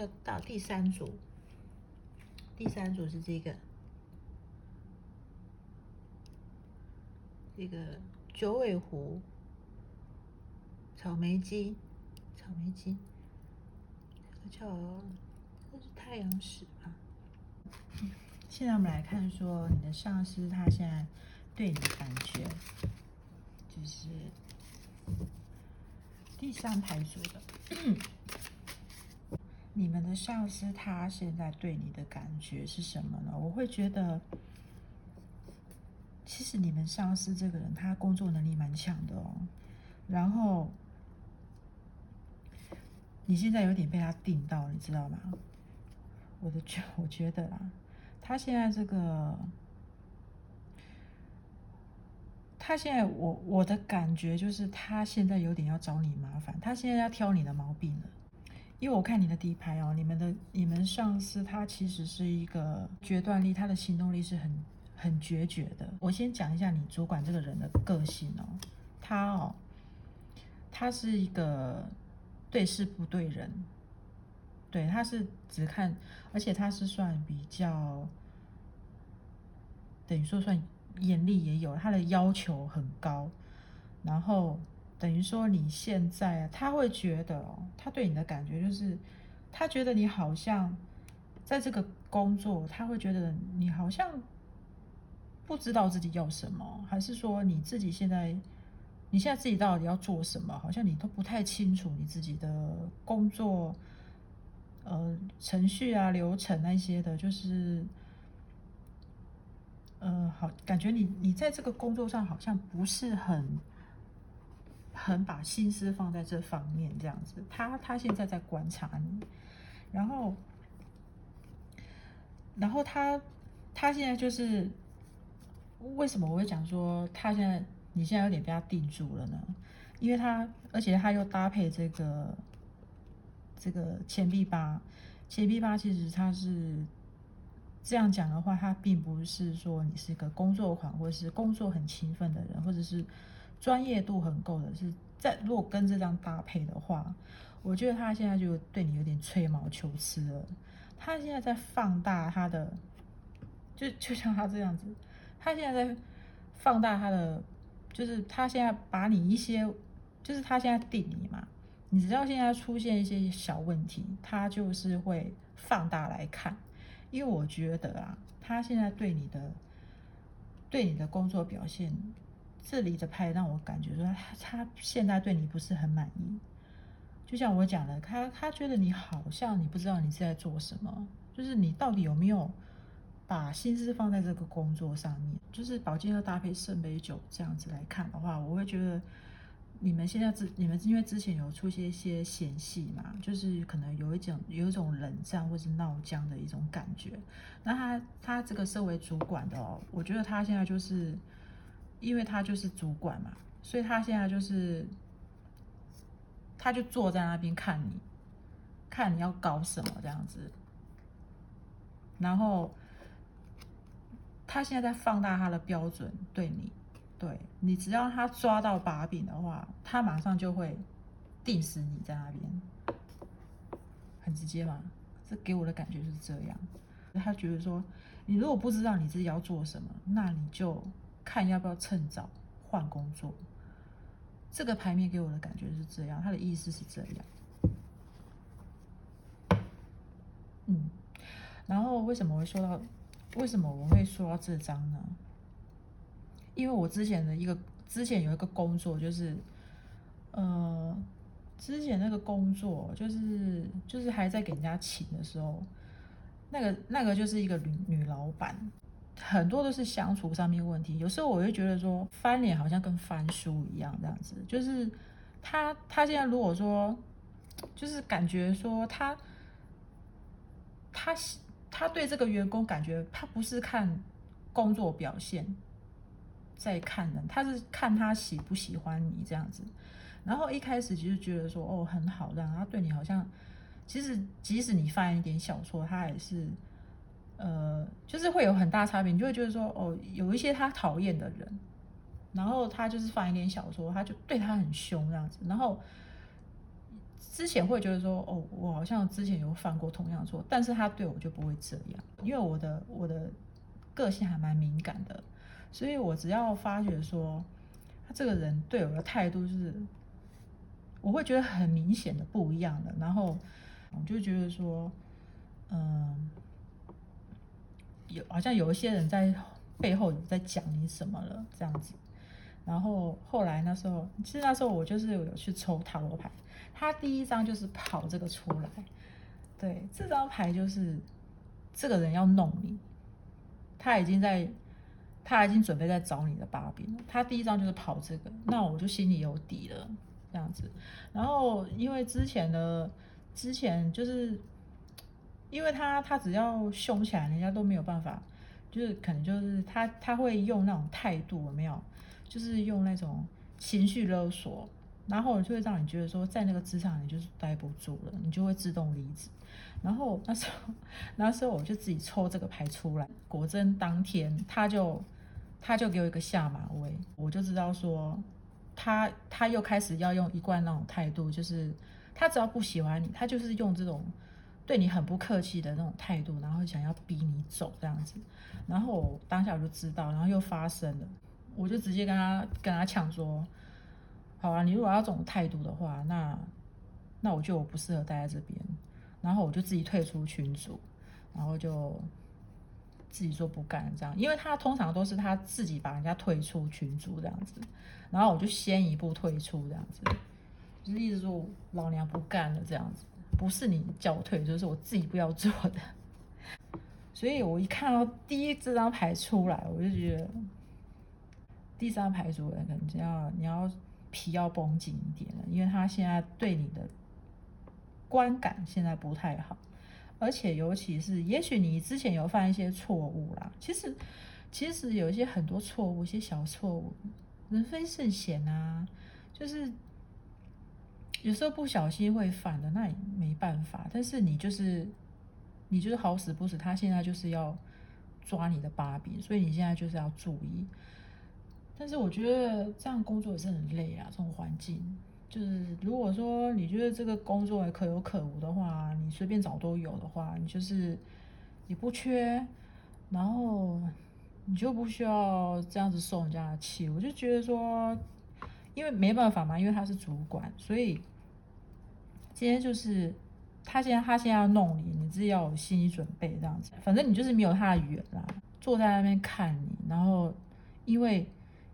要到第三组，第三组是这个九尾狐、草莓鸡，这是太阳石吧？现在我们来看说你的上司他现在对你的感觉，就是第三排组的。你们的上司他现在对你的感觉是什么呢？我会觉得，其实你们上司这个人他工作能力蛮强的哦，然后你现在有点被他定到，你知道吗？我觉得啦，他现在我的感觉就是他现在有点要找你麻烦，他现在要挑你的毛病了。因为我看你的底牌哦，你们上司他其实是一个决断力，他的行动力是很决绝的。我先讲一下你主管这个人的个性哦，他是一个对事不对人，对，他是只看，而且他是算比较，等于说算严厉也有，他的要求很高，然后等于说你现在他会觉得他对你的感觉就是，他觉得你好像在这个工作，他会觉得你好像不知道自己要什么，还是说你现在自己到底要做什么，好像你都不太清楚你自己的工作程序啊、流程那些的，就是好，感觉你在这个工作上好像不是很把心思放在这方面，这样子。他现在在观察你，然后他现在就是为什么我会讲说你现在有点被他定住了呢？因为而且他又搭配这个钱币八，钱币八其实它是这样讲的话，它并不是说你是一个工作狂，或者是工作很勤奋的人，或者是专业度很够的，如果跟这张搭配的话，我觉得他现在就对你有点吹毛求疵了。他现在在放大他的，就像他这样子，他现在在放大他的，就是他现在把你一些，就是他现在定你嘛，你只要现在出现一些小问题，他就是会放大来看。因为我觉得他现在对你的工作表现，这里的牌让我感觉说他现在对你不是很满意。就像我讲的，他觉得你好像你不知道你是在做什么，就是你到底有没有把心思放在这个工作上面。就是宝剑要搭配圣杯九这样子来看的话，我会觉得你们因为之前有出现一些嫌隙嘛，就是可能有一种冷战或是闹僵的一种感觉。那他这个身为主管的我觉得他现在就是因为他就是主管嘛，所以他现在就是他就坐在那边看你要搞什么这样子，然后他现在在放大他的标准对你只要他抓到把柄的话，他马上就会定死你在那边，很直接嘛。这给我的感觉是这样。他觉得说，你如果不知道你自己要做什么，那你就看要不要趁早换工作。这个牌面给我的感觉是这样，他的意思是这样。然后为什么我会说到这张呢？因为我之前有一个工作，就是之前那个工作就是还在给人家请的时候，那个就是一个女老板，很多都是相处上面问题。有时候我会觉得说翻脸好像跟翻书一样这样子，就是他现在如果说就是感觉说他对这个员工感觉他不是看工作表现在看人，他是看他喜不喜欢你这样子。然后一开始就觉得说很好这样，他对你好像其实即使你犯一点小错，他也是就是会有很大差别。你就会觉得说有一些他讨厌的人，然后他就是犯一点小错，他就对他很凶这样子。然后之前会觉得说，哦，我好像之前有犯过同样的错，但是他对我就不会这样，因为我的个性还蛮敏感的，所以我只要发觉说，他这个人对我的态度就是，我会觉得很明显的不一样的，然后我就觉得说，嗯，好像有一些人在背后有在讲你什么了这样子。然后后来那时候，其实那时候我就是有去抽塔罗牌，他第一张就是跑这个出来，对，这张牌就是这个人要弄你，他已经在，他已经准备在找你的把柄了。他第一张就是跑这个，那我就心里有底了，这样子。然后因为之前就是因为他只要凶起来，人家都没有办法，就是可能就是他会用那种态度，有没有？就是用那种情绪勒索，然后就会让你觉得说，在那个职场你就是待不住了，你就会自动离职。然后那时候我就自己抽这个牌出来，果真当天他就给我一个下马威，我就知道说他又开始要用一贯那种态度，就是他只要不喜欢你，他就是用这种对你很不客气的那种态度，然后想要逼你走这样子。然后我当下我就知道，然后又发生了，我就直接跟他抢说，好啊，你如果要这种态度的话，那我觉得我不适合待在这边，然后我就自己退出群组，然后就自己说不干这样，因为他通常都是他自己把人家退出群组这样子，然后我就先一步退出这样子，就是一直说老娘不干了这样子，不是你叫我退，就是我自己不要做的。所以我一看到这张牌出来，我就觉得第三牌主人可能你要皮要绷紧一点了，因为他现在对你的观感现在不太好，而且尤其是也许你之前有犯一些错误啦，其实有一些很多错误，一些小错误，人非圣贤啊，就是有时候不小心会犯的，那也没办法。但是你就是好死不死，他现在就是要抓你的把柄，所以你现在就是要注意。但是我觉得这样工作也是很累啊，这种环境。就是如果说你觉得这个工作也可有可无的话，你随便找都有的话，你就是也不缺，然后你就不需要这样子受人家的气。我就觉得说，因为没办法嘛，因为他是主管，所以今天就是他现在要弄你，你自己要有心理准备这样子。反正你就是没有他的缘啦，坐在那边看你，然后因为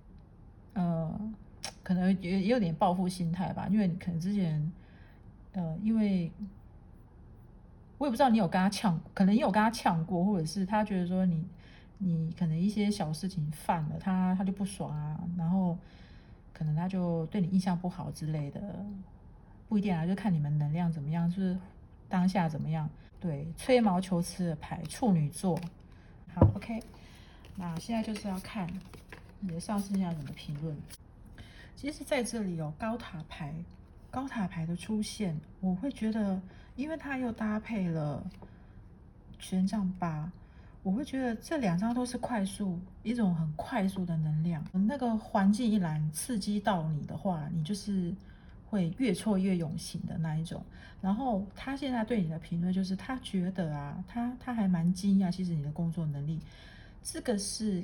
可能也有点报复心态吧，因为可能之前因为我也不知道你有跟他呛，可能你有跟他呛过，或者是他觉得说你可能一些小事情犯了，他就不爽啊，然后可能他就对你印象不好之类的，不一定啊，就看你们能量怎么样，就是当下怎么样。对，吹毛求疵的牌，处女座。好，OK，那现在就是要看你的上司现在怎么评论。其实在这里有高塔牌，高塔牌的出现，我会觉得，因为它又搭配了权杖八，我会觉得这两张都是一种很快速的能量。那个环境一来刺激到你的话，你就是会越挫越勇型的那一种。然后他现在对你的评论就是，他觉得啊，他还蛮惊讶，其实你的工作能力，这个是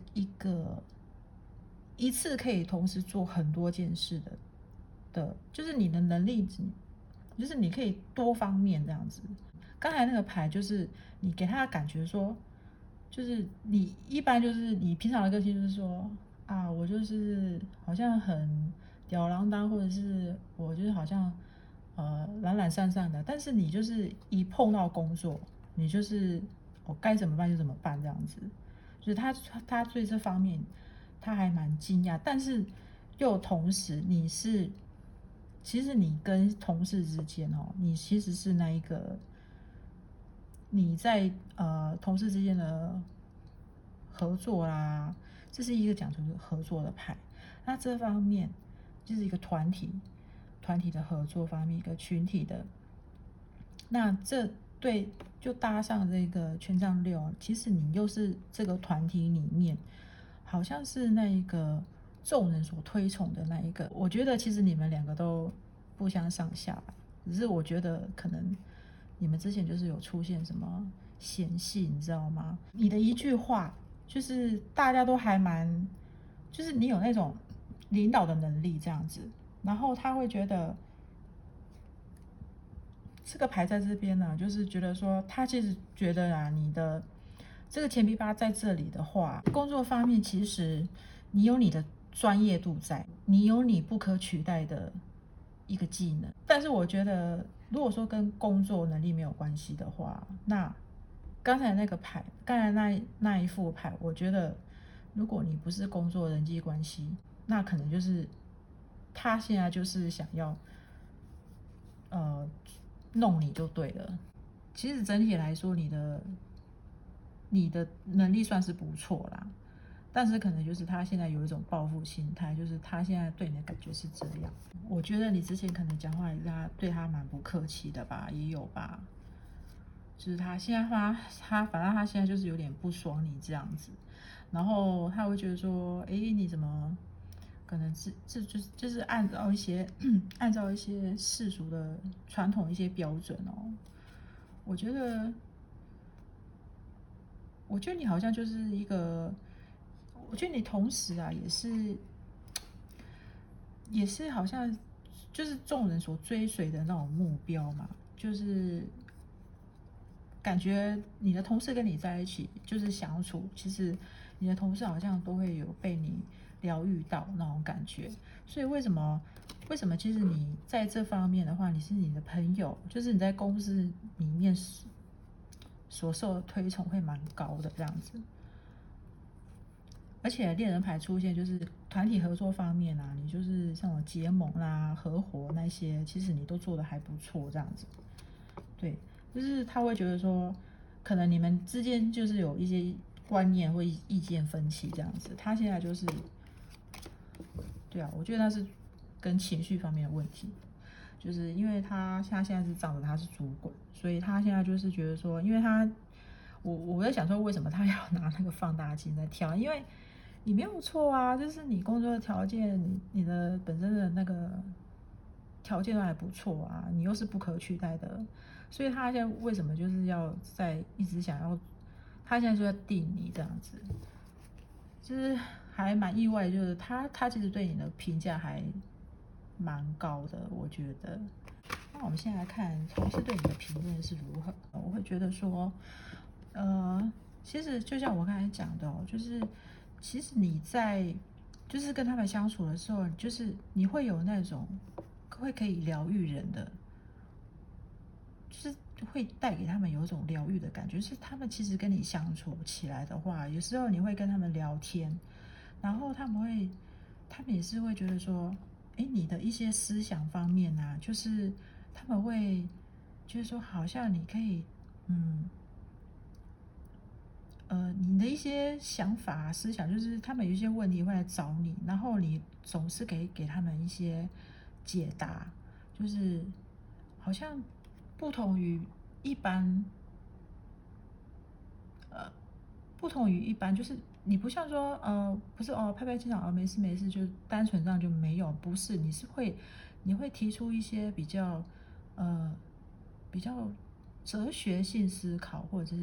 一次可以同时做很多件事的，就是你的能力，就是你可以多方面这样子。刚才那个牌就是你给他的感觉说，就是你一般就是你平常的个性就是说啊，我就是好像很吊儿郎当，或者是我就是好像懒懒散散的，但是你就是一碰到工作，你就是我该怎么办就怎么办这样子。就是他对这方面他还蛮惊讶，但是又同时其实你跟同事之间哦，你其实是那一个你在同事之间的合作啦，这是一个讲求合作的牌。那这方面就是一个团体的合作方面，一个群体的。那这对就搭上这个权杖六，其实你又是这个团体里面，好像是那一个众人所推崇的那一个。我觉得其实你们两个都不相上下吧。 只是我觉得可能你们之前就是有出现什么嫌隙，你知道吗？你的一句话就是大家都还蛮，就是你有那种领导的能力这样子，然后他会觉得这个牌在这边呢，就是觉得说他其实觉得啊，你的这个钱币八在这里的话，工作方面其实你有你的专业度在，你有你不可取代的一个技能。但是我觉得，如果说跟工作能力没有关系的话，那刚才那个牌，刚才那一副牌，我觉得如果你不是工作人际关系，那可能就是他现在就是想要弄你就对了。其实整体来说，你的能力算是不错啦，但是可能就是他现在有一种报复心态，就是他现在对你的感觉是这样。我觉得你之前可能讲话也对他蛮不客气的吧，也有吧。就是他现在反正他现在就是有点不爽你这样子，然后他会觉得说，哎，你怎么可能就是按照一些世俗的传统一些标准哦。我觉得你好像就是一个，我觉得你同时啊也是好像就是众人所追随的那种目标嘛，就是感觉你的同事跟你在一起就是相处，其实你的同事好像都会有被你疗愈到那种感觉。所以为什么其实你在这方面的话，你是你的朋友，就是你在公司里面所受的推崇会蛮高的这样子。而且恋人牌出现就是团体合作方面啊，你就是像种结盟啦、合伙那些，其实你都做得还不错这样子。对，就是他会觉得说，可能你们之间就是有一些观念或意见分歧这样子。他现在就是，对啊，我觉得他是跟情绪方面的问题，就是因为他现在是仗着他是主管，所以他现在就是觉得说，因为他，我在想说，为什么他要拿那个放大镜在跳？因为你没有错啊，就是你工作的条件，你的本身的那个条件都还不错啊，你又是不可取代的，所以他现在为什么就是要一直想要，他现在就在定你这样子，就是还蛮意外，就是他其实对你的评价还蛮高的，我觉得。那我们现在来看同事对你的评论是如何。我会觉得说，其实就像我刚才讲的哦，就是其实你在就是跟他们相处的时候，就是你会有那种可以疗愈人的，就是会带给他们有一种疗愈的感觉。是他们其实跟你相处起来的话，有时候你会跟他们聊天，然后他们也是会觉得说，哎，你的一些思想方面啊，就是他们会就是说，好像你可以，嗯。你的一些想法、思想，就是他们有一些问题会来找你，然后你总是给他们一些解答，就是好像不同于一般，呃，不同于一般，就是你不像说，不是哦，拍拍肩膀，没事没事，就单纯这样就没有，不是，你会提出一些呃，比较哲学性思考，或者是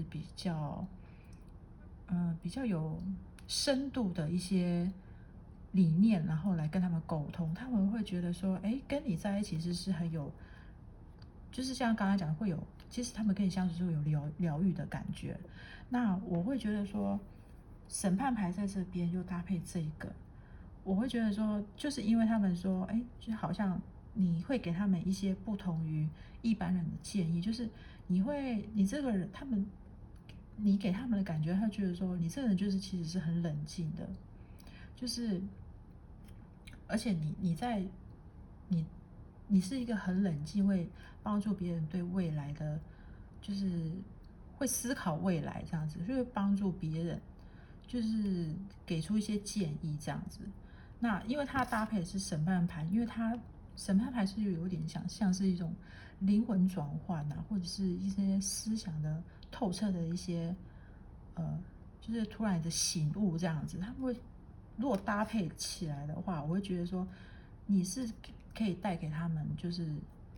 比较有深度的一些理念，然后来跟他们沟通，他们会觉得说，哎，跟你在一起是很有，就是像刚才讲的会有，其实他们跟你相处是会有疗愈的感觉。那我会觉得说，审判牌在这边又搭配这个，我会觉得说，就是因为他们说，哎，就好像你会给他们一些不同于一般人的建议，就是你这个人，你给他们的感觉，他觉得说你这个人就是其实是很冷静的，就是而且你你是一个很冷静，会帮助别人对未来的，就是会思考未来这样子，就会帮助别人，就是给出一些建议这样子。那因为它搭配的是审判牌，因为它审判牌是有点像是一种灵魂转换啊，或者是一些思想的透彻的一些就是突然的醒悟这样子。他们会如果搭配起来的话，我会觉得说你是可以带给他们就是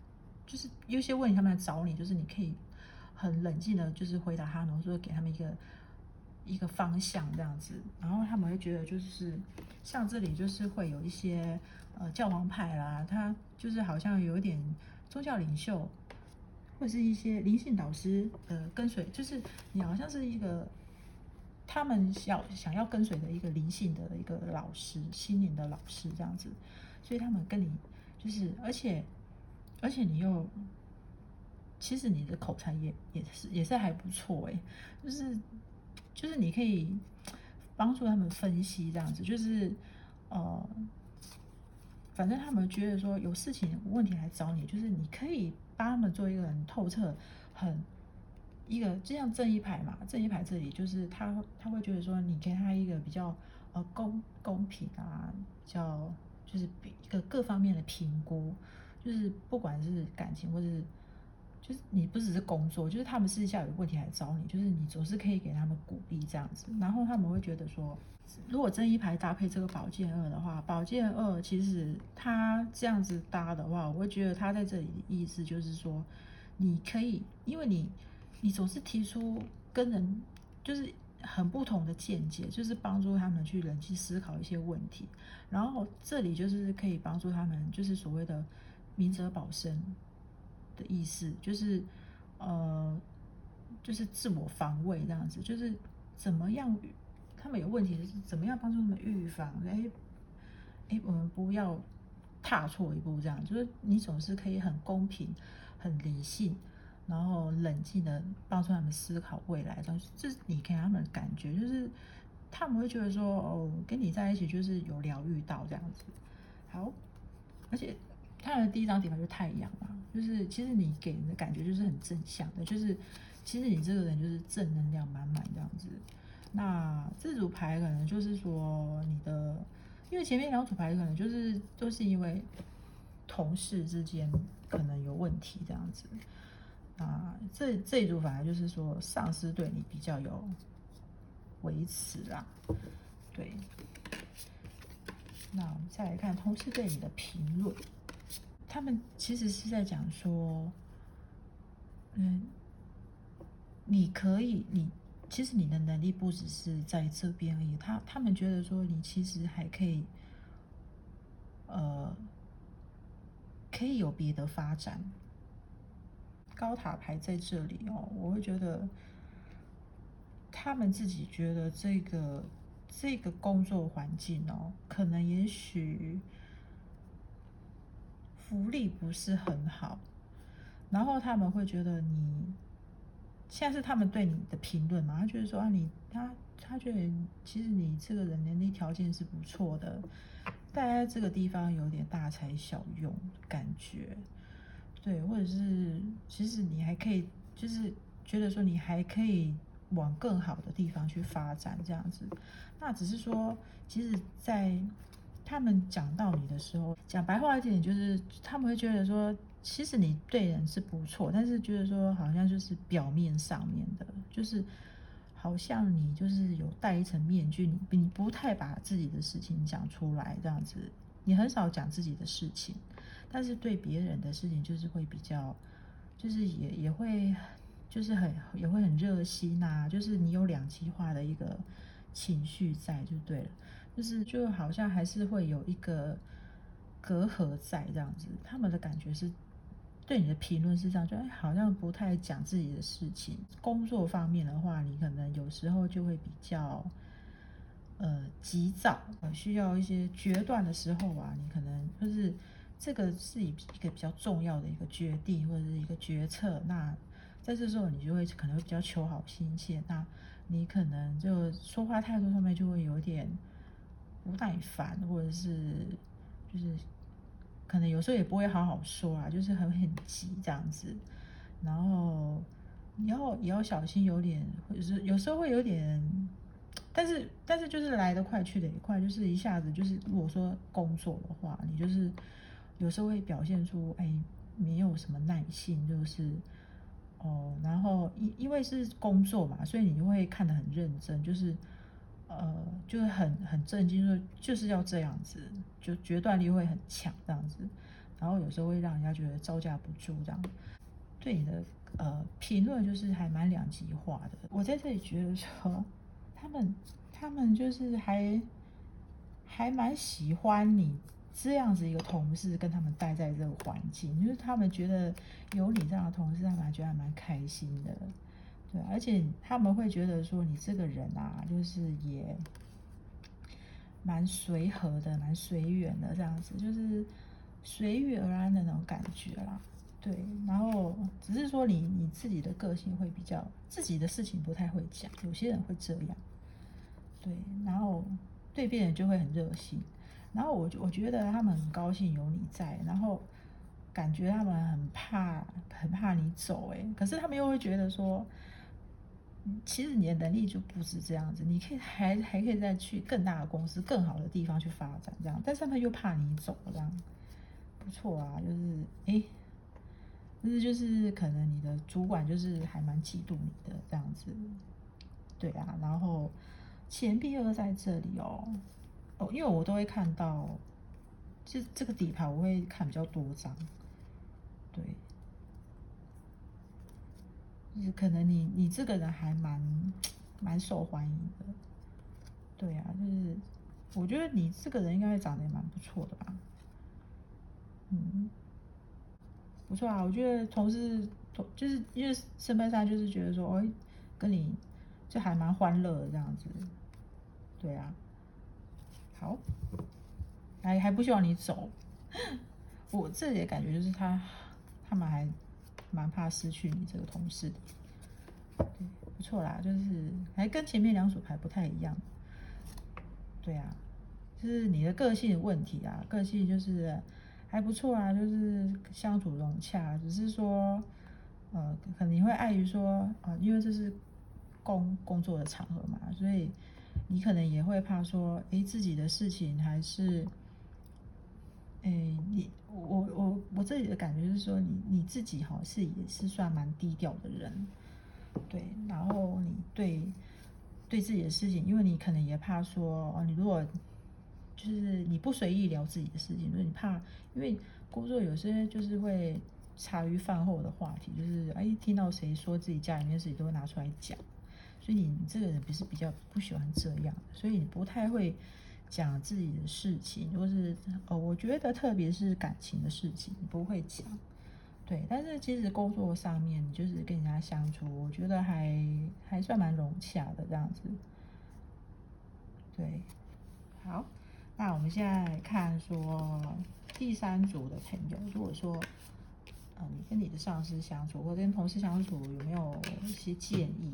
就是有些问题他们来找你，就是你可以很冷静的，就是回答他们，或者给他们一个方向这样子，然后他们会觉得就是像这里就是会有一些教皇牌啦，他就是好像有一点宗教领袖或者是一些灵性导师的跟随，就是你好像是一个他们想要跟随的一个灵性的一个老师，心灵的老师这样子，所以他们跟你就是而且你又。其实你的口才也是还不错哎，就是你可以帮助他们分析这样子，就是呃，反正他们觉得说有事情问题来找你，就是你可以帮他们做一个很透彻、很一个就像正义牌嘛，正义牌这里就是他会觉得说你给他一个比较公平啊，比较就是一个各方面的评估，就是不管是感情或者是。就是你不只是工作，就是他们私下有问题来找你，就是你总是可以给他们鼓励这样子，然后他们会觉得说，如果正一牌搭配这个宝剑二的话，宝剑二其实它这样子搭的话，我会觉得它在这里的意思就是说，你可以，因为你总是提出跟人就是很不同的见解，就是帮助他们去冷静思考一些问题，然后这里就是可以帮助他们，就是所谓的明哲保身。的意思就是就是自我防卫这样子，就是怎么样他们有问题是怎么样帮助他们预防，我们不要踏错一步这样，就是你总是可以很公平很理性然后冷静的帮助他们思考未来这样，这是你给他们的感觉，就是他们会觉得说跟你在一起就是有疗愈到这样子。好，而且他的第一张底牌就是太阳嘛，就是其实你给人的感觉就是很正向的，就是其实你这个人就是正能量满满这样子。那这组牌可能就是说你的，因为前面两组牌可能就是都是因为同事之间可能有问题这样子。那这一组反而就是说上司对你比较有维持啦，对。那我们再来看同事对你的评论，他们其实是在讲说，你可以，其实你的能力不只是在这边而已，他们觉得说你其实还可以，可以有别的发展。高塔牌在这里哦，我会觉得他们自己觉得这个工作环境哦，可能也许福利不是很好，然后他们会觉得你现在是他们对你的评论嘛，他觉得说他觉得其实你这个人能力条件是不错的，但在这个地方有点大材小用感觉，对，或者是其实你还可以，就是觉得说你还可以往更好的地方去发展这样子，那只是说，其实，在他们讲到你的时候，讲白话一点，就是他们会觉得说，其实你对人是不错，但是觉得说好像就是表面上面的，就是好像你就是有戴一层面具，你不太把自己的事情讲出来，这样子，你很少讲自己的事情，但是对别人的事情就是会比较，就是也会就是也会很热心呐，就是你有两极化的一个情绪在就对了。就好像还是会有一个隔阂在这样子，他们的感觉是对你的评论是这样，就好像不太讲自己的事情。工作方面的话，你可能有时候就会比较急躁，需要一些决断的时候啊，你可能就是这个是一个比较重要的一个决定或者是一个决策，那在这时候你就会可能会比较求好心切，那你可能就说话态度上面就会有点不耐烦，或者是就是可能有时候也不会好好说啊，就是很急这样子，然后也要小心，有点或者是有时候会有点，但是就是来得快去得也快，就是一下子就是如果说工作的话，你就是有时候会表现出没有什么耐性，就是然后因为是工作嘛，所以你就会看得很认真，就是很震惊，就是要这样子，就决断力会很强这样子。 然后有时候会让人家觉得招架不住这样。对你的评论就是还蛮两极化的。我在这里觉得说，他们就是还蛮喜欢你这样子一个同事，跟他们待在这个环境，就是他们觉得有你这样的同事，他们觉得还蛮开心的。对，而且他们会觉得说你这个人啊，就是也蛮随和的，蛮随缘的这样子，就是随遇而安的那种感觉啦。对，然后只是说你自己的个性会比较自己的事情不太会讲，有些人会这样。对，然后对别人就会很热心，然后我觉得他们很高兴有你在，然后感觉他们很怕你走，可是他们又会觉得说，其实你的能力就不止这样子，你可以还可以再去更大的公司、更好的地方去发展这样，但是他们又怕你走这样，不错啊，就是可能你的主管就是还蛮嫉妒你的这样子。对啊，然后钱币二在这里因为我都会看到，就这个底牌我会看比较多张。对，就是可能你这个人还蛮受欢迎的。对啊，就是我觉得你这个人应该长得也蛮不错的吧。嗯，不错啊，我觉得就是因为身份上就是觉得说，跟你就还蛮欢乐的这样子。对啊，好，还不希望你走。我这里的感觉就是他们还蛮怕失去你这个同事的。对，不错啦，就是还跟前面两组牌不太一样。对啊，就是你的个性的问题啊，个性就是还不错啊，就是相处融洽，只是说可能你会碍于说因为这是工作的场合嘛，所以你可能也会怕说，自己的事情还是。我这里的感觉是说你自己也是算蛮低调的人。对，然后你对自己的事情，因为你可能也怕说你如果就是你不随意聊自己的事情，就是你怕，因为工作有些就是会茶余饭后的话题，就是听到谁说自己家里面的事情都会拿出来讲，所以你这个人不是比较不喜欢这样，所以你不太会讲自己的事情，或是我觉得特别是感情的事情，你不会讲。对，但是其实工作上面，你就是跟人家相处，我觉得还算蛮融洽的这样子。对，好，那我们现在来看说第三组的朋友，如果说你跟你的上司相处，或者跟同事相处，有没有一些建议？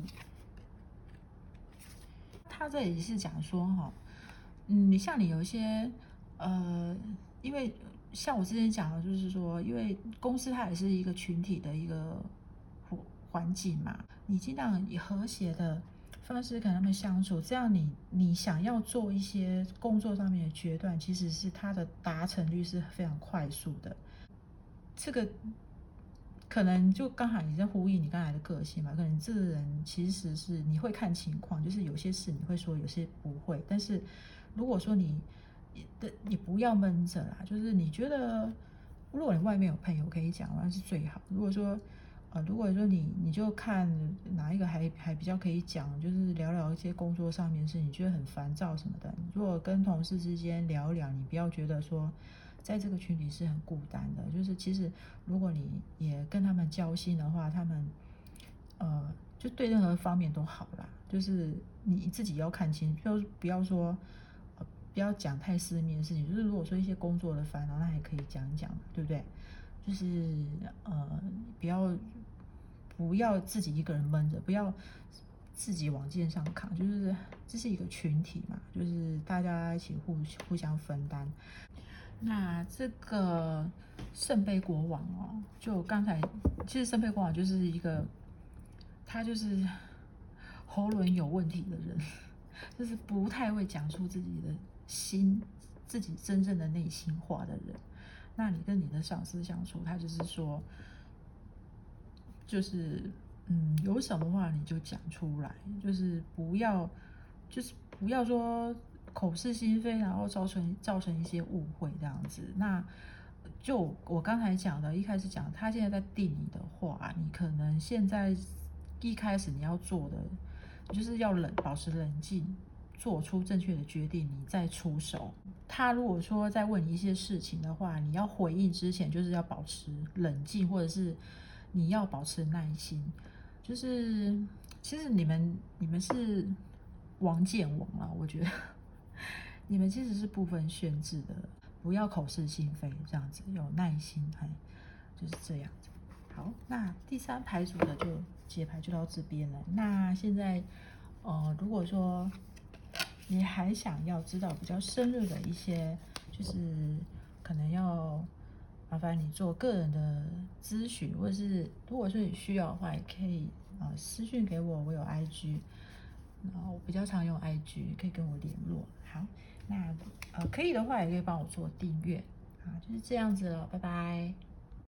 他这里是讲说像你有一些因为像我之前讲的，就是说，因为公司它也是一个群体的一个环境嘛，你尽量以和谐的方式跟他们相处，这样你想要做一些工作上面的决断，其实是它的达成率是非常快速的。这个可能就刚好也在呼应你刚才的个性嘛，可能这个人其实是你会看情况，就是有些事你会说，有些不会。但是如果说你不要闷着啦，就是你觉得如果你外面有朋友可以讲，那是最好。如果说你就看哪一个还比较可以讲，就是聊聊一些工作上面的事，你觉得很烦躁什么的。如果跟同事之间聊一聊，你不要觉得说在这个群体是很孤单的，就是其实如果你也跟他们交心的话，他们就对任何方面都好啦。就是你自己要看清，不要说不要讲太私密的事情。就是如果说一些工作的烦恼，那也可以讲一讲，对不对？就是不要自己一个人闷着，不要自己往肩上扛，就是这是一个群体嘛，就是大家一起互相分担。那这个圣杯国王就刚才其实圣杯国王就是一个他就是喉咙有问题的人，就是不太会讲出自己的自己真正的内心话的人。那你跟你的上司相处，他就是说，就是有什么话你就讲出来，就是不要说口是心非，然后造成一些误会这样子。那就我刚才讲的，一开始讲，他现在在定你的话，你可能现在一开始你要做的，就是要保持冷静，做出正确的决定，你再出手。他如果说在问你一些事情的话，你要回应之前，就是要保持冷静，或者是你要保持耐心。就是其实你们是王见王啊，我觉得你们其实是不分轩轾的，不要口是心非，这样子有耐心，就是这样子。好，那第3牌组的解牌就到这边了。那现在，如果说你还想要知道比较深入的一些，就是可能要麻烦你做个人的咨询，或者是如果是你需要的话，也可以私讯给我，我有 IG，然后我比较常用 IG，可以跟我联络。好，那可以的话也可以帮我做订阅，好，就是这样子了，拜拜。